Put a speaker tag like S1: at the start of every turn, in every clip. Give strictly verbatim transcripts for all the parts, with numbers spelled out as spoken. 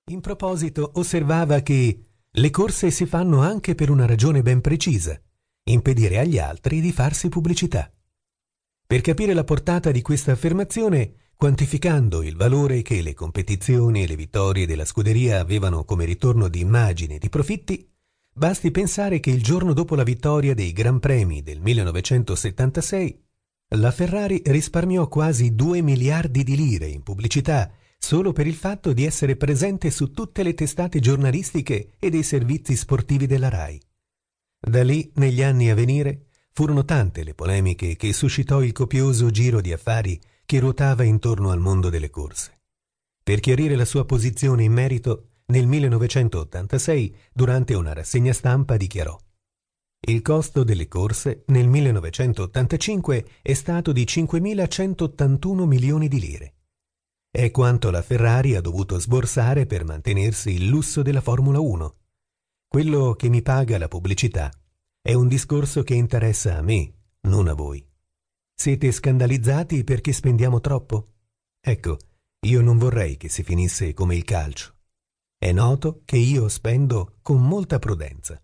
S1: In proposito, osservava che le corse si fanno anche per una ragione ben precisa: impedire agli altri di farsi pubblicità. Per capire la portata di questa affermazione, quantificando il valore che le competizioni e le vittorie della scuderia avevano come ritorno di immagine e di profitti, basti pensare che il giorno dopo la vittoria dei Gran Premi del millenovecentosettantasei, la Ferrari risparmiò quasi due miliardi di lire in pubblicità solo per il fatto di essere presente su tutte le testate giornalistiche e dei servizi sportivi della RAI. Da lì, negli anni a venire, furono tante le polemiche che suscitò il copioso giro di affari che ruotava intorno al mondo delle corse. Per chiarire la sua posizione in merito, nel millenovecentottantasei, durante una rassegna stampa, dichiarò: «Il costo delle corse nel millenovecentottantacinque è stato di cinquemilacentottantuno milioni di lire. È quanto la Ferrari ha dovuto sborsare per mantenersi il lusso della Formula uno. Quello che mi paga la pubblicità è un discorso che interessa a me, non a voi. Siete scandalizzati perché spendiamo troppo? Ecco, io non vorrei che si finisse come il calcio. È noto che io spendo con molta prudenza».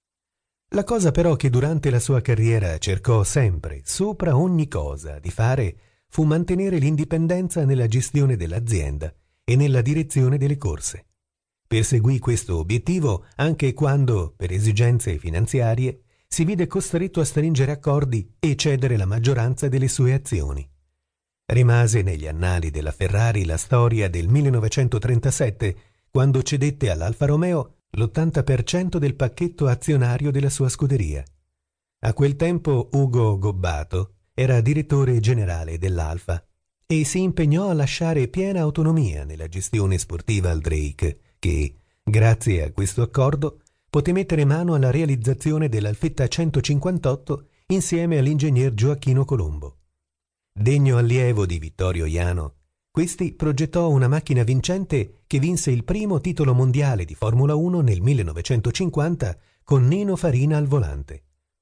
S1: La cosa però che durante la sua carriera cercò sempre, sopra ogni cosa, di fare fu mantenere l'indipendenza nella gestione dell'azienda e nella direzione delle corse. Perseguì questo obiettivo anche quando, per esigenze finanziarie, si vide costretto a stringere accordi e cedere la maggioranza delle sue azioni. Rimase negli annali della Ferrari la storia del millenovecentotrentasette, quando cedette all'Alfa Romeo l'ottanta per cento del pacchetto azionario della sua scuderia. A quel tempo Ugo Gobbato era direttore generale dell'Alfa e si impegnò a lasciare piena autonomia nella gestione sportiva al Drake, che, grazie a questo accordo, poté mettere mano alla realizzazione dell'Alfetta centocinquantotto insieme all'ingegner Gioacchino Colombo. Degno allievo di Vittorio Jano, questi progettò una macchina vincente che vinse il primo titolo mondiale di Formula uno nel millenovecentocinquanta con Nino Farina al volante.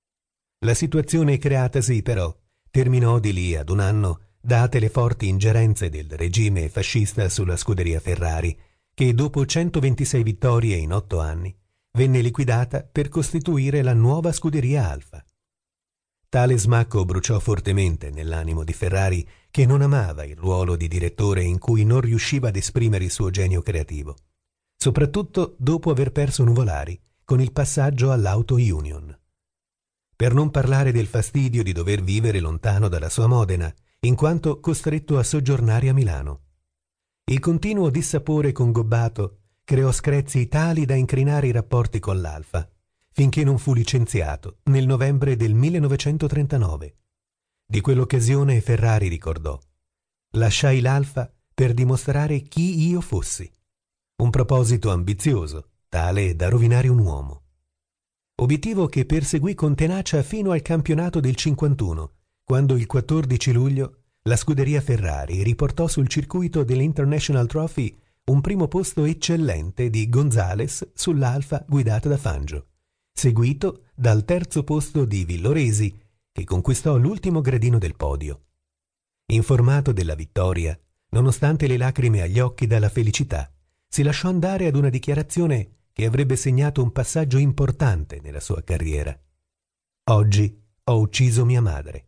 S1: La situazione creatasi, però, terminò di lì ad un anno, date le forti ingerenze del regime fascista sulla scuderia Ferrari, che dopo centoventisei vittorie in otto anni venne liquidata per costituire la nuova scuderia Alfa. Tale smacco bruciò fortemente nell'animo di Ferrari, che non amava il ruolo di direttore in cui non riusciva ad esprimere il suo genio creativo, soprattutto dopo aver perso Nuvolari con il passaggio all'Auto Union. Per non parlare del fastidio di dover vivere lontano dalla sua Modena, in quanto costretto a soggiornare a Milano. Il continuo dissapore con Gobbato creò screzi tali da incrinare i rapporti con l'Alfa, finché non fu licenziato nel novembre del millenovecentotrentanove. Di quell'occasione Ferrari ricordò: «Lasciai l'Alfa per dimostrare chi io fossi». Un proposito ambizioso, tale da rovinare un uomo. Obiettivo che perseguì con tenacia fino al campionato del cinquantuno, quando il quattordici luglio la scuderia Ferrari riportò sul circuito dell'International Trophy un primo posto eccellente di Gonzales sull'Alfa guidata da Fangio, seguito dal terzo posto di Villoresi, che conquistò l'ultimo gradino del podio. Informato della vittoria, nonostante le lacrime agli occhi dalla felicità, si lasciò andare ad una dichiarazione che avrebbe segnato un passaggio importante nella sua carriera. «Oggi ho ucciso mia madre».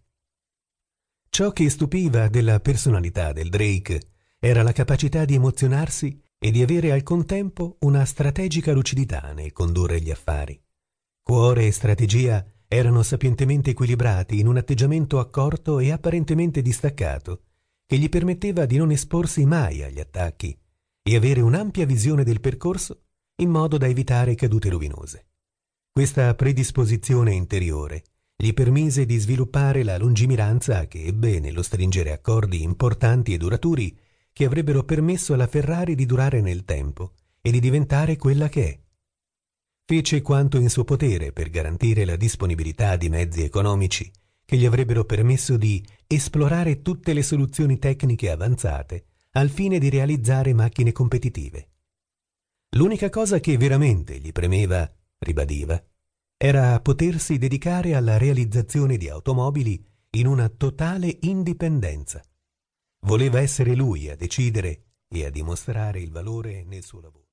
S1: Ciò che stupiva della personalità del Drake era la capacità di emozionarsi e di avere al contempo una strategica lucidità nel condurre gli affari. Cuore e strategia erano sapientemente equilibrati in un atteggiamento accorto e apparentemente distaccato, che gli permetteva di non esporsi mai agli attacchi e avere un'ampia visione del percorso in modo da evitare cadute rovinose. Questa predisposizione interiore gli permise di sviluppare la lungimiranza che ebbe nello stringere accordi importanti e duraturi che avrebbero permesso alla Ferrari di durare nel tempo e di diventare quella che è. Fece quanto in suo potere per garantire la disponibilità di mezzi economici che gli avrebbero permesso di esplorare tutte le soluzioni tecniche avanzate al fine di realizzare macchine competitive. L'unica cosa che veramente gli premeva, ribadiva, era potersi dedicare alla realizzazione di automobili in una totale indipendenza. Voleva essere lui a decidere e a dimostrare il valore nel suo lavoro.